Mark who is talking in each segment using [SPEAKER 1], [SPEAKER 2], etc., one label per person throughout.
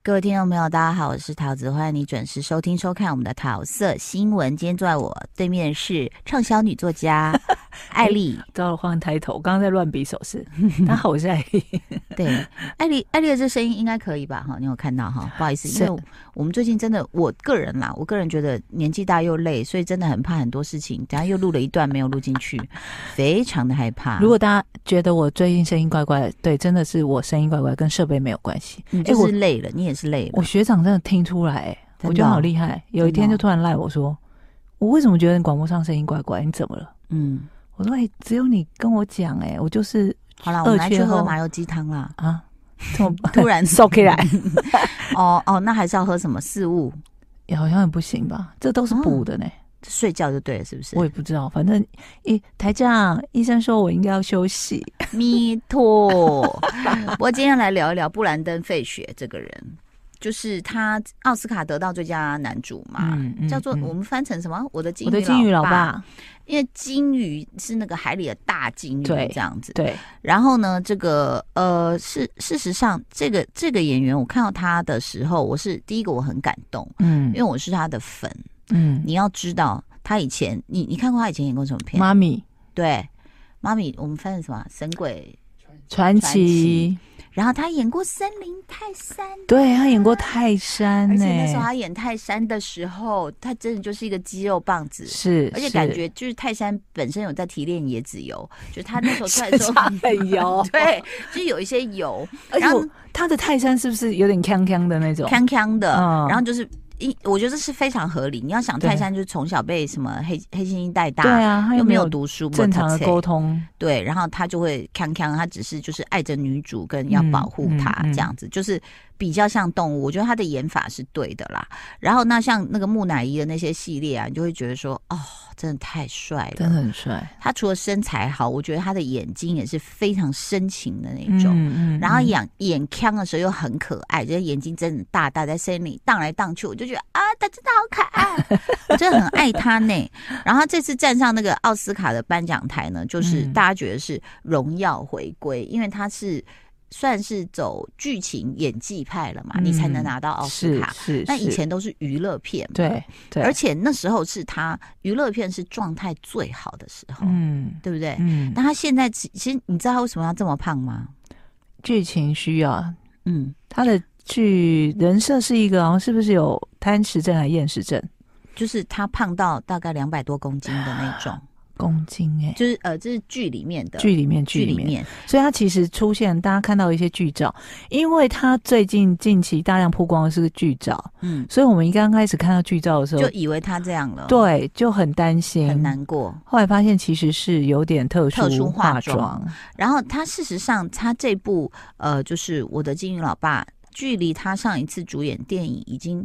[SPEAKER 1] 各位听众朋友大家好，我是桃子，欢迎你准时收听收看我们的桃色新闻。今天坐在我对面是畅销女作家艾丽。
[SPEAKER 2] 到了换抬头，刚刚在乱比手势。大家好，我是艾丽。
[SPEAKER 1] 对，艾丽的这声音应该可以吧？你有看到哈？不好意思，因为我们最近真的，我个人觉得年纪大又累，所以真的很怕很多事情。等一下又录了一段没有录进去，非常的害怕。
[SPEAKER 2] 如果大家觉得我最近声音怪怪的，对，真的是我声音怪怪，跟设备没有关系。
[SPEAKER 1] 你就是累了，你也是累了。
[SPEAKER 2] 我学长真的听出来，我觉得好厉害。有一天就突然赖我说，我为什么觉得你广播上声音怪怪？你怎么了？我说只有你跟我讲，我就是
[SPEAKER 1] 好啦，我们来去喝麻油鸡汤啦。
[SPEAKER 2] 啊，这么
[SPEAKER 1] 突然
[SPEAKER 2] 收起来。
[SPEAKER 1] 哦，那还是要喝什么四物？
[SPEAKER 2] 也好像也不行吧，这都是补的呢。
[SPEAKER 1] 睡觉就对了，是不是？
[SPEAKER 2] 我也不知道，反正台长医生说我应该要休息。
[SPEAKER 1] 弥陀。不过今天来聊一聊布兰登·费雪这个人，就是他奥斯卡得到最佳男主嘛，叫做我们翻成什么？我的金鱼老爸。因为金鱼是那个海里的大金鱼，这样子。对。然后呢，这个事实上，这个演员，我看到他的时候，我是第一个我很感动，因为我是他的粉。你要知道，他以前你看过他以前演过什么片？
[SPEAKER 2] 妈咪。对，
[SPEAKER 1] 妈咪，我们翻成什么？神鬼
[SPEAKER 2] 传奇。
[SPEAKER 1] 然后他演过森林泰山，
[SPEAKER 2] 对，他演过泰山，
[SPEAKER 1] 而且那时候他演泰山的时候，他真的就是一个肌肉棒子，
[SPEAKER 2] 是，
[SPEAKER 1] 而且感觉就是泰山本身有在提炼椰子油，就是他那时候出来的时候
[SPEAKER 2] 很油，
[SPEAKER 1] 对，就是有一些油，
[SPEAKER 2] 而且他的泰山是不是有点锵锵的那种？
[SPEAKER 1] 锵锵的，然后就是。我觉得这是非常合理。你要想泰山就是从小被什么黑猩猩带大，
[SPEAKER 2] 对啊，他
[SPEAKER 1] 又没有读书，
[SPEAKER 2] 正常的沟通，
[SPEAKER 1] 对，然后他就会锵锵，他只是就是爱着女主跟要保护她这样子，就是比较像动物。我觉得他的演法是对的啦。然后那像那个木乃伊的那些系列啊，你就会觉得说，哦，真的太帅了，
[SPEAKER 2] 真的很帅。
[SPEAKER 1] 他除了身材好，我觉得他的眼睛也是非常深情的那种。然后演锵的时候又很可爱，就是眼睛真的大大在森林荡来荡去，我就觉得啊，他真的好可爱，我真的很爱他呢。然后他这次站上那个奥斯卡的颁奖台呢，就是大家觉得是荣耀回归，因为他是算是走剧情演技派了嘛，你才能拿到奥斯卡。是那以前都是娱乐片嘛，
[SPEAKER 2] 对，
[SPEAKER 1] 而且那时候是他娱乐片是状态最好的时候，对不对？那他现在其实你知道他为什么要这么胖吗？
[SPEAKER 2] 剧情需要，他的剧人设是一个好像是不是有贪食症还厌食症？
[SPEAKER 1] 就是他胖到大概200多公斤的那种。
[SPEAKER 2] 公斤
[SPEAKER 1] 就是这是剧里面的，
[SPEAKER 2] 剧里面，所以他其实出现，大家看到一些剧照，因为他近期大量曝光的是个剧照，所以我们一刚开始看到剧照的时候，
[SPEAKER 1] 就以为他这样了，
[SPEAKER 2] 对，就很担心，
[SPEAKER 1] 很难过。
[SPEAKER 2] 后来发现其实是有点特殊化妆，
[SPEAKER 1] 然后他事实上他这部就是我的金鱼老爸，距离他上一次主演电影已经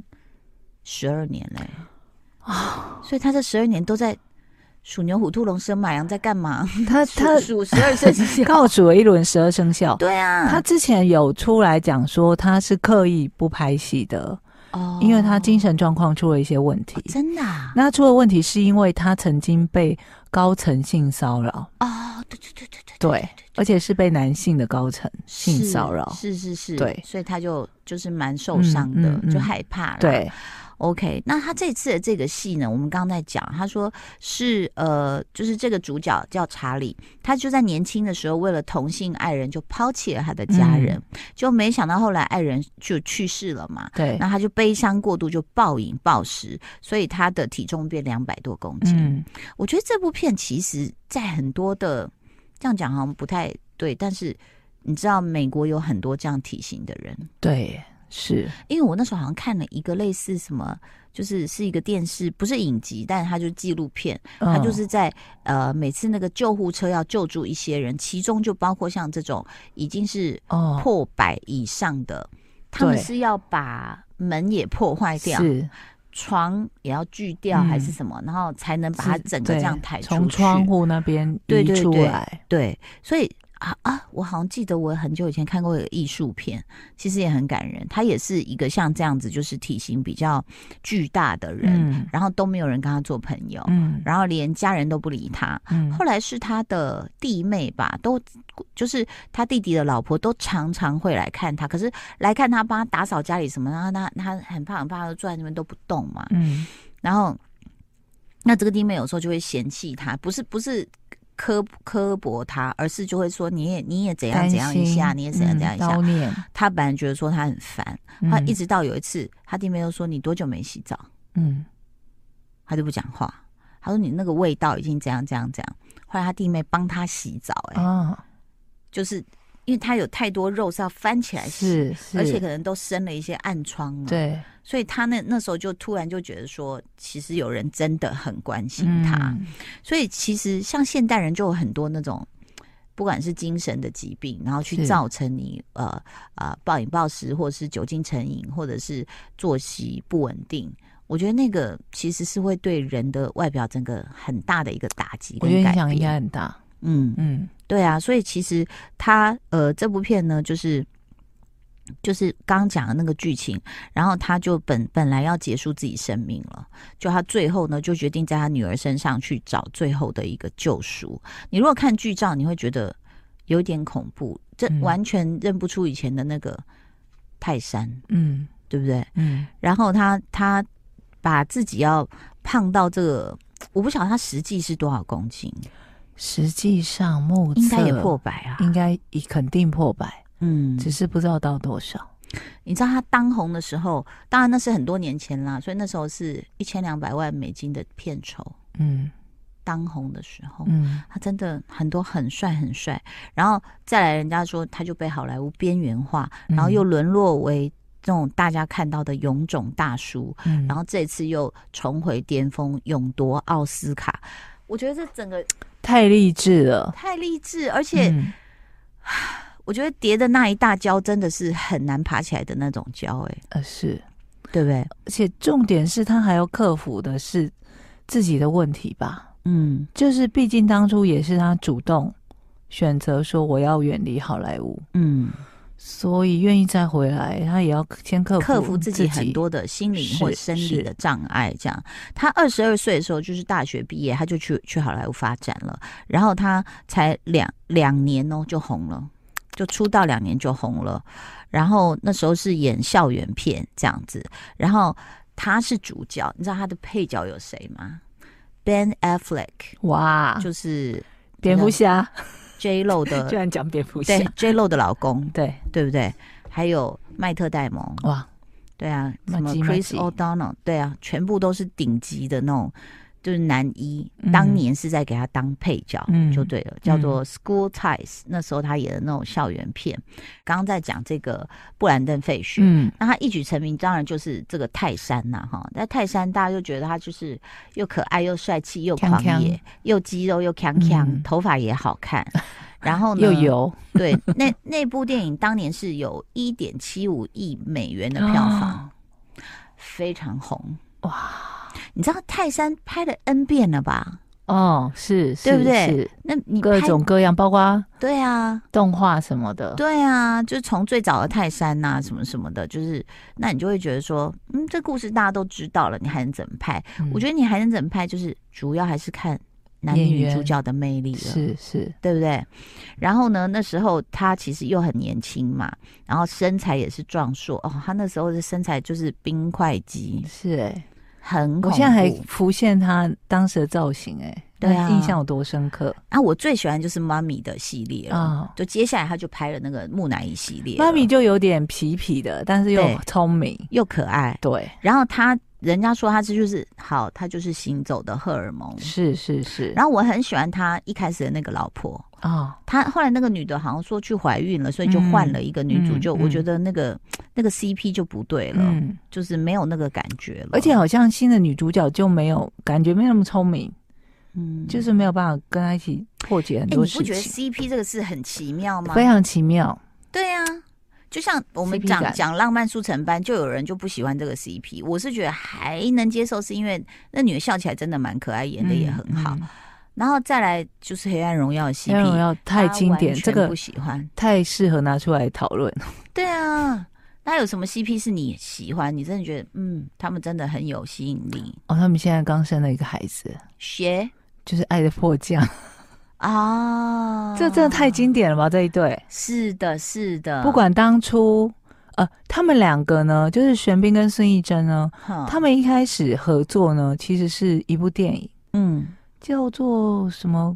[SPEAKER 1] 12年了所以他这12年都在属牛虎兔龙蛇马羊在干嘛？他数12生肖，
[SPEAKER 2] 刚好数了一轮12生肖。
[SPEAKER 1] 对啊，
[SPEAKER 2] 他之前有出来讲说他是刻意不拍戏的，因为他精神状况出了一些问题。
[SPEAKER 1] 真的啊？
[SPEAKER 2] 那他出了问题是因为他曾经被高层性骚扰。对，而且是被男性的高层性骚扰。
[SPEAKER 1] 是，
[SPEAKER 2] 对，
[SPEAKER 1] 所以他就是蛮受伤的，就害怕了。
[SPEAKER 2] 对。
[SPEAKER 1] OK， 那他这次的这个戏呢，我们刚刚在讲，他说是就是这个主角叫查理，他就在年轻的时候为了同性爱人就抛弃了他的家人，就没想到后来爱人就去世了嘛，对，那他就悲伤过度，就暴饮暴食，所以他的体重变200多公斤。我觉得这部片其实在很多的这样讲好像不太对，但是你知道美国有很多这样体型的人，
[SPEAKER 2] 对。是
[SPEAKER 1] 因为我那时候好像看了一个类似什么，就是一个电视，不是影集，但是它就是纪录片，它就是在每次那个救护车要救助一些人，其中就包括像这种已经是破100以上的，他们是要把门也破坏掉，是床也要锯掉还是什么，然后才能把它整个这样抬出去，
[SPEAKER 2] 从窗户那边移出来。
[SPEAKER 1] 对，所以我好像记得我很久以前看过一个艺术片，其实也很感人。他也是一个像这样子，就是体型比较巨大的人，然后都没有人跟他做朋友，然后连家人都不理他。后来是他的弟妹吧，都就是他弟弟的老婆都常常会来看他，可是来看他帮他打扫家里什么，然后他很怕，他就坐在那边都不动嘛。然后那这个弟妹有时候就会嫌弃他，不是刻薄他，而是就会说你也怎样怎样一下，你也怎样怎样一下。他本来觉得说他很烦，他一直到有一次，他弟妹又说你多久没洗澡？他就不讲话。他说你那个味道已经怎样怎样怎样。后来他弟妹帮他洗澡，就是因为他有太多肉是要翻起来洗，而且可能都生了一些暗疮嘛。
[SPEAKER 2] 对。
[SPEAKER 1] 所以他那时候就突然就觉得说，其实有人真的很关心他。所以其实像现代人就有很多那种，不管是精神的疾病，然后去造成你暴饮暴食，或者是酒精成瘾，或者是作息不稳定。我觉得那个其实是会对人的外表整个很大的一个打击跟改变。我觉得影
[SPEAKER 2] 响应该很大。
[SPEAKER 1] 对啊，所以其实他这部片呢，就是刚刚讲的那个剧情，然后他就本来要结束自己生命了，就他最后呢就决定在他女儿身上去找最后的一个救赎。你如果看剧照，你会觉得有点恐怖，这完全认不出以前的那个泰山，对不对？然后他把自己要胖到这个，我不晓得他实际是多少公斤，
[SPEAKER 2] 实际上目测
[SPEAKER 1] 应该也破100啊，
[SPEAKER 2] 应该肯定破100。只是不知道到多少。
[SPEAKER 1] 你知道他当红的时候，当然那是很多年前啦，所以那时候是1200万美金的片酬。当红的时候，他真的很多很帅很帅，然后再来人家说他就被好莱坞边缘化，然后又沦落为这种大家看到的臃肿大叔，然后这次又重回巅峰，勇夺奥斯卡。我觉得这整个
[SPEAKER 2] 太励志了，
[SPEAKER 1] 太励志，而且。我觉得跌的那一大跤真的是很难爬起来的那种跤，
[SPEAKER 2] 是，
[SPEAKER 1] 对不对？
[SPEAKER 2] 而且重点是他还要克服的是自己的问题吧？就是毕竟当初也是他主动选择说我要远离好莱坞，所以愿意再回来，他也要先克服
[SPEAKER 1] 自己很多的心理或生理的障碍。这样，他22岁的时候就是大学毕业，他就去好莱坞发展了，然后他才两年就红了。就出道2年就红了，然后那时候是演校园片这样子，然后他是主角，你知道他的配角有谁吗？ Ben Affleck，
[SPEAKER 2] 哇，
[SPEAKER 1] 就是
[SPEAKER 2] 蝙蝠侠
[SPEAKER 1] J-Lo 的，
[SPEAKER 2] 居然讲蝙蝠侠，
[SPEAKER 1] 对 J-Lo 的老公，
[SPEAKER 2] 对
[SPEAKER 1] 不对？还有麦特戴蒙，
[SPEAKER 2] 哇，
[SPEAKER 1] 对啊，什么 Chris O'Donnell， 对啊，全部都是顶级的那种。就是男一，当年是在给他当配角，就对了，叫做 School Ties。那时候他演的那种校园片。刚刚在讲这个布兰登·费雪，那他一举成名，当然就是这个泰山呐，哈。那泰山大家就觉得他就是又可爱又帅气又狂野又肌肉又锵锵，头发也好看，然后呢
[SPEAKER 2] 又油。
[SPEAKER 1] 对，那部电影当年是有1.75亿美元的票房，非常红哇。你知道泰山拍了 N 遍了吧？
[SPEAKER 2] 是，
[SPEAKER 1] 对不对？
[SPEAKER 2] 是，
[SPEAKER 1] 那你
[SPEAKER 2] 各种各样，包括
[SPEAKER 1] 对啊，
[SPEAKER 2] 动画什么的，
[SPEAKER 1] 对啊，就是从最早的泰山啊，什么什么的，就是那你就会觉得说，这故事大家都知道了，你还能怎么拍？我觉得你还能怎么拍，就是主要还是看男女主角的魅力了，
[SPEAKER 2] 是，
[SPEAKER 1] 对不对？然后呢，那时候他其实又很年轻嘛，然后身材也是壮硕他那时候的身材就是冰块肌，
[SPEAKER 2] 是
[SPEAKER 1] 很恐怖。
[SPEAKER 2] 我现在还浮现他当时的造型，
[SPEAKER 1] 对啊，
[SPEAKER 2] 印象有多深刻
[SPEAKER 1] 啊！我最喜欢就是妈咪的系列了，就接下来他就拍了那个木乃伊系列。
[SPEAKER 2] 妈咪就有点痞痞的，但是又聪明
[SPEAKER 1] 又可爱。
[SPEAKER 2] 对，
[SPEAKER 1] 然后人家说他他就是行走的荷尔蒙，
[SPEAKER 2] 是。
[SPEAKER 1] 然后我很喜欢他一开始的那个老婆他后来那个女的好像说去怀孕了，所以就换了一个女主，就我觉得那个 CP 就不对了，就是没有那个感觉了。
[SPEAKER 2] 而且好像新的女主角就没有感觉，没那么聪明，就是没有办法跟她一起破解很多事情。
[SPEAKER 1] 你不觉得 CP 这个事很奇妙吗？
[SPEAKER 2] 非常奇妙。
[SPEAKER 1] 对啊。就像我们讲浪漫速成班，就有人就不喜欢这个 CP， 我是觉得还能接受，是因为那女的笑起来真的蛮可爱，演的也很好。 然后再来就是《黑暗荣耀》CP，《
[SPEAKER 2] 黑暗荣耀》太经典，这个
[SPEAKER 1] 不喜欢，
[SPEAKER 2] 太适合拿出来讨论。
[SPEAKER 1] 对啊，那有什么 CP 是你喜欢？你真的觉得他们真的很有吸引力？
[SPEAKER 2] 哦，他们现在刚生了一个孩子，就是《爱的迫降》啊，这真的太经典了吧？这一对
[SPEAKER 1] 是的，是的，
[SPEAKER 2] 不管当初。他们两个呢，就是玄彬跟孙艺珍呢，他们一开始合作呢，其实是一部电影，叫做什么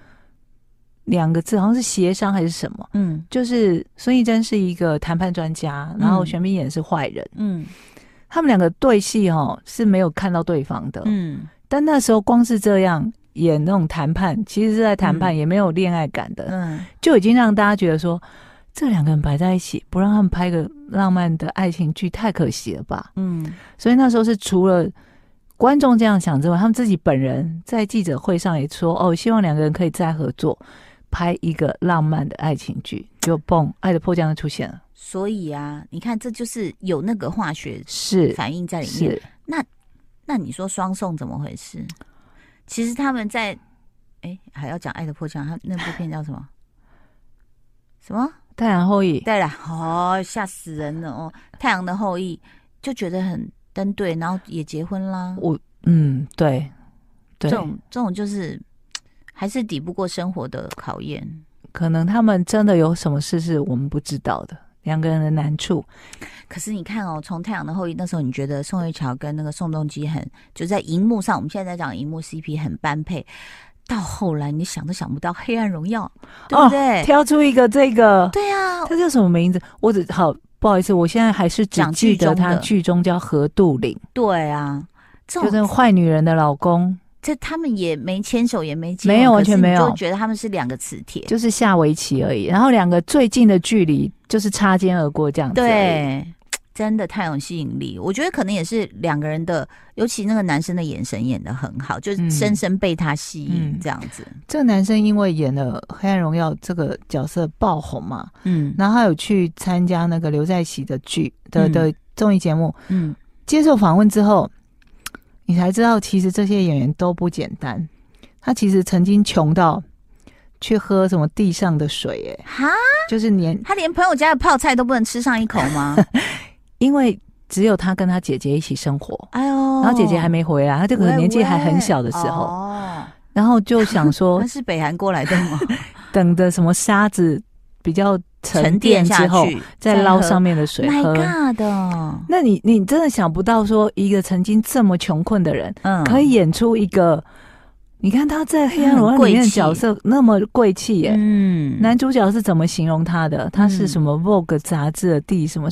[SPEAKER 2] 2个字，好像是协商还是什么，就是孙艺珍是一个谈判专家，然后玄彬演的是坏人，他们两个对戏是没有看到对方的，但那时候光是这样演那种谈判，其实是在谈判，也没有恋爱感的，就已经让大家觉得说。这2个人摆在一起，不让他们拍个浪漫的爱情剧，太可惜了吧？所以那时候是除了观众这样想之外，他们自己本人在记者会上也说，希望2个人可以再合作，拍一个浪漫的爱情剧，就《爱的迫降》就出现了。
[SPEAKER 1] 所以啊，你看，这就是有那个化学反应在里面。那你说双宋怎么回事？其实他们在还要讲《爱的迫降》，他那部片叫什么？什么？
[SPEAKER 2] 太阳后裔，
[SPEAKER 1] 对啦，吓死人了哦！太阳的后裔就觉得很登对，然后也结婚啦。
[SPEAKER 2] 对，
[SPEAKER 1] 这种就是还是抵不过生活的考验。
[SPEAKER 2] 可能他们真的有什么事是我们不知道的，2个人的难处。
[SPEAKER 1] 可是你看从太阳的后裔那时候，你觉得宋慧乔跟那个宋仲基就在荧幕上，我们现在在讲荧幕 CP 很般配。到后来你想都想不到黑暗荣耀，对不对？
[SPEAKER 2] 挑出一个这个，
[SPEAKER 1] 对啊，
[SPEAKER 2] 他叫什么名字？不好意思，我现在还是只记得他剧中叫何杜岭。
[SPEAKER 1] 对啊，
[SPEAKER 2] 就是坏女人的老公。
[SPEAKER 1] 这他们也没牵手，也没结，
[SPEAKER 2] 没有，完全没有，
[SPEAKER 1] 就觉得他们是2个磁铁，
[SPEAKER 2] 就是下围棋而已。然后2个最近的距离就是擦肩而过这样子。
[SPEAKER 1] 对。真的太有吸引力，我觉得可能也是2个人的，尤其那个男生的眼神演得很好，就是深深被他吸引这样子。
[SPEAKER 2] 这个男生因为演了《黑暗荣耀》这个角色爆红嘛，然后他有去参加那个刘在熙的剧的综艺节目，接受访问之后，你才知道其实这些演员都不简单。他其实曾经穷到去喝什么地上的水，就是他
[SPEAKER 1] 连朋友家的泡菜都不能吃上一口吗？
[SPEAKER 2] 因为只有他跟他姐姐一起生活，然后姐姐还没回来，他这个年纪还很小的时候，然后就想说
[SPEAKER 1] 他是北韩过来的吗？
[SPEAKER 2] 等的什么沙子比较沉淀之后，再捞上面的水喝。
[SPEAKER 1] My God！
[SPEAKER 2] 那你真的想不到说一个曾经这么穷困的人，可以演出一个。你看他在《黑暗荣耀》里面的角色那么贵气耶，男主角是怎么形容他的？他是什么 Vogue 杂志的第什么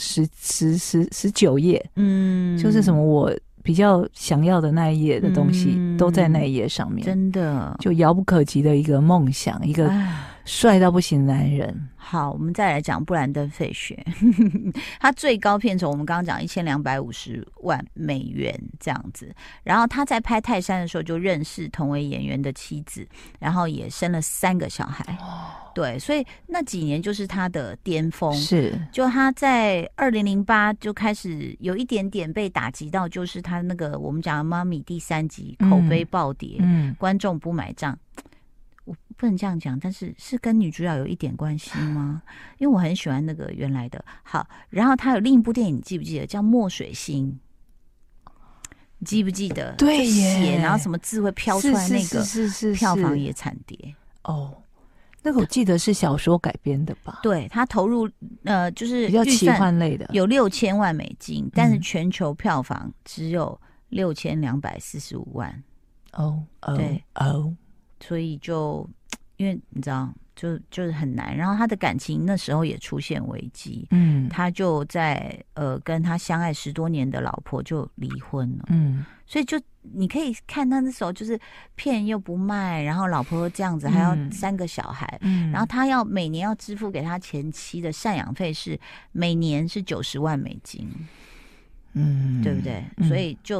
[SPEAKER 2] 19页，就是什么我比较想要的那一页的东西，都在那一页上面，
[SPEAKER 1] 真的
[SPEAKER 2] 就遥不可及的一个梦想，一个帅到不行的男人。
[SPEAKER 1] 好，我们再来讲布兰登·费雪，他最高片酬我们刚刚讲$1250万这样子。然后他在拍泰山的时候就认识同为演员的妻子，然后也生了3个小孩。对，所以那几年就是他的巅峰。
[SPEAKER 2] 是，
[SPEAKER 1] 就他在2008就开始有一点点被打击到，就是他那个我们讲的《妈咪》第3集口碑暴跌，观众不买账。我不能这样讲，但是跟女主角有一点关系吗？因为我很喜欢那个原来的。好，然后他有另一部电影，你记不记得叫《墨水星》？你记不记得？
[SPEAKER 2] 对耶，
[SPEAKER 1] 然后什么字会飘出来，那个票房也惨跌。
[SPEAKER 2] 那个我记得是小说改编的吧？
[SPEAKER 1] 对，他投入就是
[SPEAKER 2] 比较奇幻类的，
[SPEAKER 1] 有$6000万，但是全球票房只有6245万。对。所以就因为你知道就是很难，然后他的感情那时候也出现危机，他就在跟他相爱10多年的老婆就离婚了，所以就你可以看他那时候就是片又不卖，然后老婆这样子还要3个小孩，然后他要每年要支付给他前妻的赡养费是每年是$90万。 对不对？所以就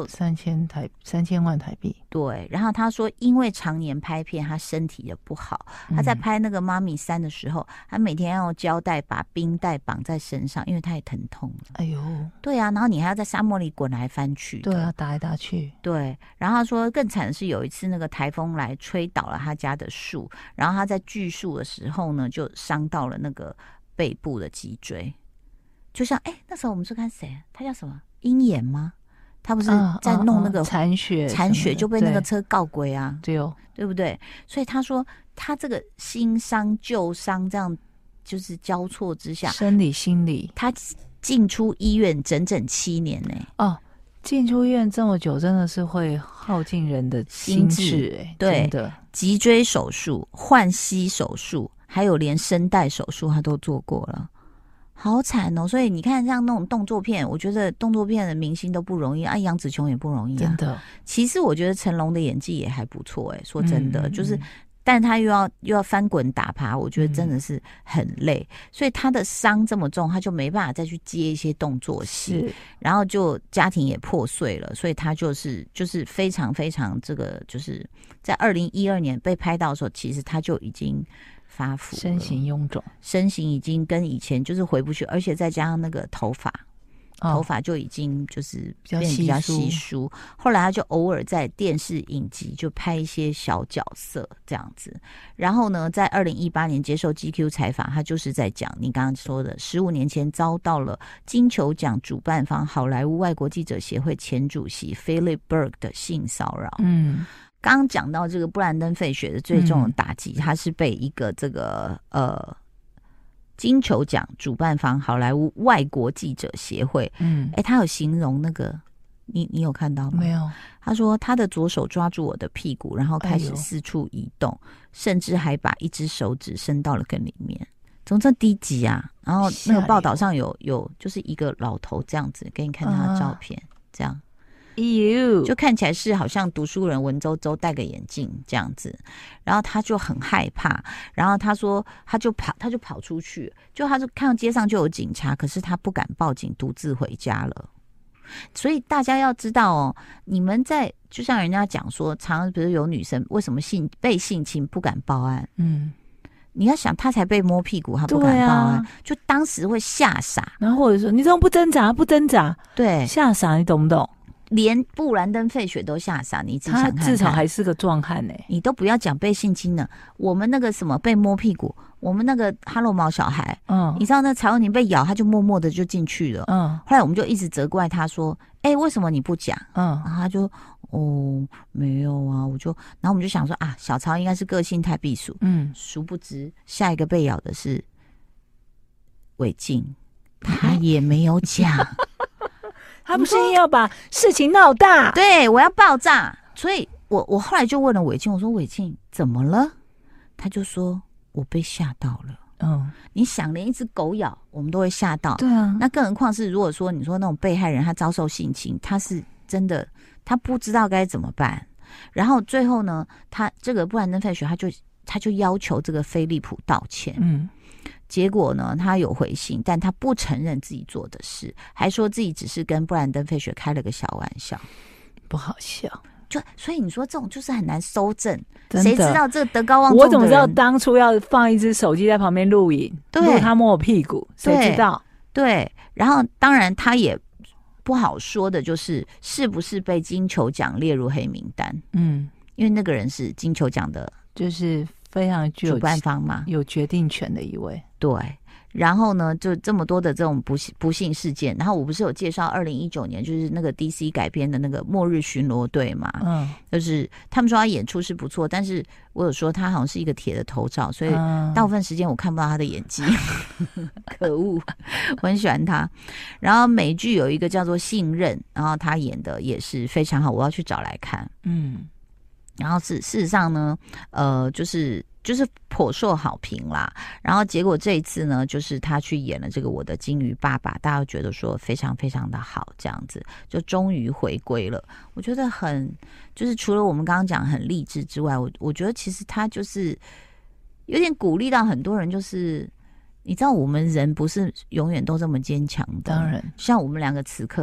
[SPEAKER 2] 3000万台币。
[SPEAKER 1] 对，然后他说，因为常年拍片，他身体也不好。他在拍那个《妈咪3》的时候，他每天要用胶带把冰带绑在身上，因为太疼痛了。
[SPEAKER 2] 哎呦，
[SPEAKER 1] 对啊，然后你还要在沙漠里滚来翻去。
[SPEAKER 2] 对啊，打来打去。
[SPEAKER 1] 对，然后他说更惨的是有一次那个台风来吹倒了他家的树，然后他在锯树的时候呢，就伤到了那个背部的脊椎。就像那时候我们是看谁？他叫什么？鹰眼吗？他不是在弄那个
[SPEAKER 2] 残血
[SPEAKER 1] 就被那个车告鬼啊，
[SPEAKER 2] 对
[SPEAKER 1] 不对？所以他说他这个新伤旧伤这样就是交错之下，
[SPEAKER 2] 生理心理，
[SPEAKER 1] 他进出医院整整7年呢。
[SPEAKER 2] 进出医院这么久，真的是会耗尽人的心智。
[SPEAKER 1] 对，
[SPEAKER 2] 真的，
[SPEAKER 1] 脊椎手术、换膝手术，还有连声带手术他都做过了。好惨哦！所以你看，像那种动作片，我觉得动作片的明星都不容易啊，杨紫琼也不容易啊。
[SPEAKER 2] 真的，
[SPEAKER 1] 其实我觉得成龙的演技也还不错说真的，就是，但他又要翻滚打爬，我觉得真的是很累。所以他的伤这么重，他就没办法再去接一些动作戏，然后就家庭也破碎了，所以他就是非常非常这个，就是在2012年被拍到的时候，其实他就已经发福了，
[SPEAKER 2] 身形臃肿，
[SPEAKER 1] 身形已经跟以前就是回不去，而且再加上那个头发就已经就是变得比较稀疏。后来他就偶尔在电视影集就拍一些小角色这样子。然后呢，在2018年接受 GQ 采访，他就是在讲你刚刚说的15年前遭到了金球奖主办方好莱坞外国记者协会前主席 Philip Berg 的性骚扰。刚刚讲到这个布兰登·费雪的最重的打击，他是被一个这个金球奖主办方好莱坞外国记者协会，他有形容那个，你有看到吗？
[SPEAKER 2] 没有。
[SPEAKER 1] 他说他的左手抓住我的屁股，然后开始四处移动，甚至还把一只手指伸到了更里面。怎么这低级啊？然后那个报道上有就是一个老头这样子给你看他的照片，这样。就看起来是好像读书人文绉绉戴个眼镜这样子，然后他就很害怕，然后他说他就跑出去，就他就看到街上就有警察，可是他不敢报警，独自回家了。所以大家要知道你们就像人家讲说，常常比如有女生为什么被性侵不敢报案，你要想他才被摸屁股，他不敢报案，就当时会吓傻，
[SPEAKER 2] 然后或者说你怎么不挣扎，对，吓傻，你懂不懂？
[SPEAKER 1] 连布兰登·费雪都吓傻，你自己想看看，
[SPEAKER 2] 他至少还是个壮汉
[SPEAKER 1] 你都不要讲被性侵了，我们那个什么被摸屁股，我们那个哈罗毛小孩，你知道那曹佑宁被咬，他就默默的就进去了，后来我们就一直责怪他说，为什么你不讲？然后他就没有啊，然后我们就想说啊，小曹应该是个性太避暑，殊不知下一个被咬的是韦静，他也没有讲。
[SPEAKER 2] 他不是要把事情闹大，
[SPEAKER 1] 对，我要爆炸。所以我后来就问了韦静，我说韦静怎么了？他就说我被吓到了。你想连一只狗咬我们都会吓到，
[SPEAKER 2] 对啊，
[SPEAKER 1] 那更何况是如果说你说那种被害人他遭受性侵，他是真的他不知道该怎么办。然后最后呢，他这个布兰登·费雪他就要求这个菲利普道歉。结果呢，他有回信，但他不承认自己做的事，还说自己只是跟布兰登·费雪开了个小玩笑，
[SPEAKER 2] 不好笑。
[SPEAKER 1] 所以你说这种就是很难搜证，谁知道这个德高望重的人？
[SPEAKER 2] 我怎么知道当初要放一只手机在旁边录影，录他摸我屁股？谁知道？
[SPEAKER 1] 对，然后当然他也不好说的，就是是不是被金球奖列入黑名单？因为那个人是金球奖的，
[SPEAKER 2] 就是非常具有
[SPEAKER 1] 主办方嘛，
[SPEAKER 2] 有决定权的一位。
[SPEAKER 1] 对，然后呢，就这么多的这种不幸事件，然后我不是有介绍2019年就是那个 DC 改编的那个《末日巡逻队》嘛，就是他们说他演出是不错，但是我有说他好像是一个铁的头罩，所以大部分时间我看不到他的演技，可恶，我很喜欢他。然后美剧有一个叫做《信任》，然后他演的也是非常好，我要去找来看。然后事实上呢，就是颇受好评啦。然后结果这一次呢，就是他去演了这个《我的金鱼爸爸》，大家觉得说非常非常的好，这样子就终于回归了。我觉得就是除了我们刚刚讲很励志之外，我觉得其实他就是有点鼓励到很多人，就是你知道我们人不是永远都这么坚强的，
[SPEAKER 2] 当然，
[SPEAKER 1] 像我们两个此刻。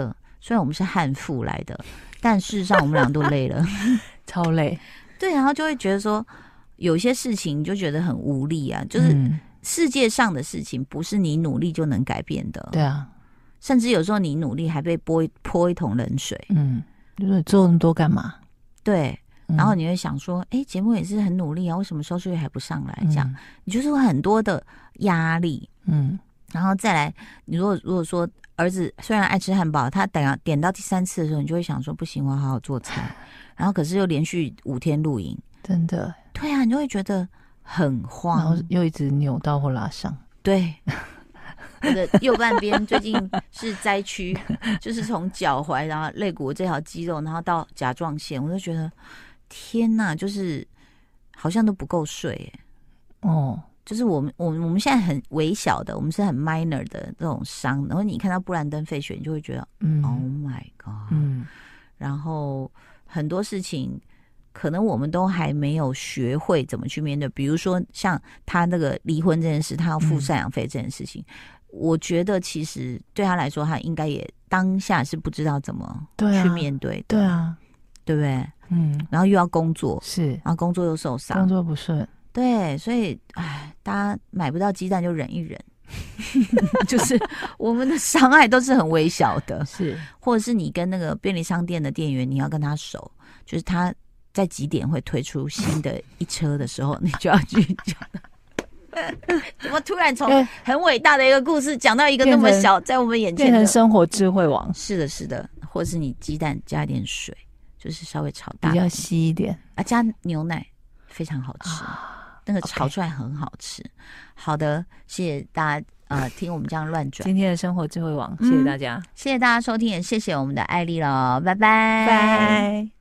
[SPEAKER 1] 虽然我们是悍妇来的，但事实上我们俩都累了，
[SPEAKER 2] 超累。
[SPEAKER 1] 对，然后就会觉得说，有些事情就觉得很无力啊，就是世界上的事情不是你努力就能改变的。
[SPEAKER 2] 对啊，
[SPEAKER 1] 甚至有时候你努力还被泼一桶冷水。
[SPEAKER 2] 就是做那么多干嘛？
[SPEAKER 1] 对。然后你会想说，节目也是很努力啊，为什么收视率还不上来？这样，你就是会很多的压力。然后再来，你如果说儿子虽然爱吃汉堡，他点到第3次的时候，你就会想说，不行，我要好好做菜。然后可是又连续5天录影，
[SPEAKER 2] 真的。
[SPEAKER 1] 对啊，你就会觉得很慌，
[SPEAKER 2] 然后又一直扭到或拉伤。
[SPEAKER 1] 对。我的右半边最近是灾区，就是从脚踝，然后肋骨这条肌肉，然后到甲状腺，我就觉得天哪，就是好像都不够睡。就是我们现在很微小的，我们是很 minor 的这种伤，然后你看到布兰登费雪，你就会觉得Oh my God。然后很多事情可能我们都还没有学会怎么去面对，比如说像他那个离婚这件事，他要付赡养费这件事情，我觉得其实对他来说，他应该也当下是不知道怎么去面对的。
[SPEAKER 2] 对啊，
[SPEAKER 1] 对不对？然后又要工作，
[SPEAKER 2] 是，
[SPEAKER 1] 然后工作又受伤，
[SPEAKER 2] 工作不顺，
[SPEAKER 1] 对，所以大家买不到鸡蛋就忍一忍。就是我们的伤害都是很微小的，
[SPEAKER 2] 是，
[SPEAKER 1] 或者是你跟那个便利商店的店员，你要跟他熟，就是他在几点会推出新的一车的时候，你就要去讲。怎么突然从很伟大的一个故事讲到一个那么小，在我们眼前
[SPEAKER 2] 变成生活智慧王？
[SPEAKER 1] 是的，是的，或者是你鸡蛋加一点水，就是稍微炒大，
[SPEAKER 2] 比较稀一点
[SPEAKER 1] 啊，加牛奶非常好吃，那个炒出来很好吃。好的，谢谢大家听我们这样乱转。
[SPEAKER 2] 今天的生活智慧王，谢谢大家，
[SPEAKER 1] 谢谢大家收听，也谢谢我们的艾丽了，拜拜，
[SPEAKER 2] 拜。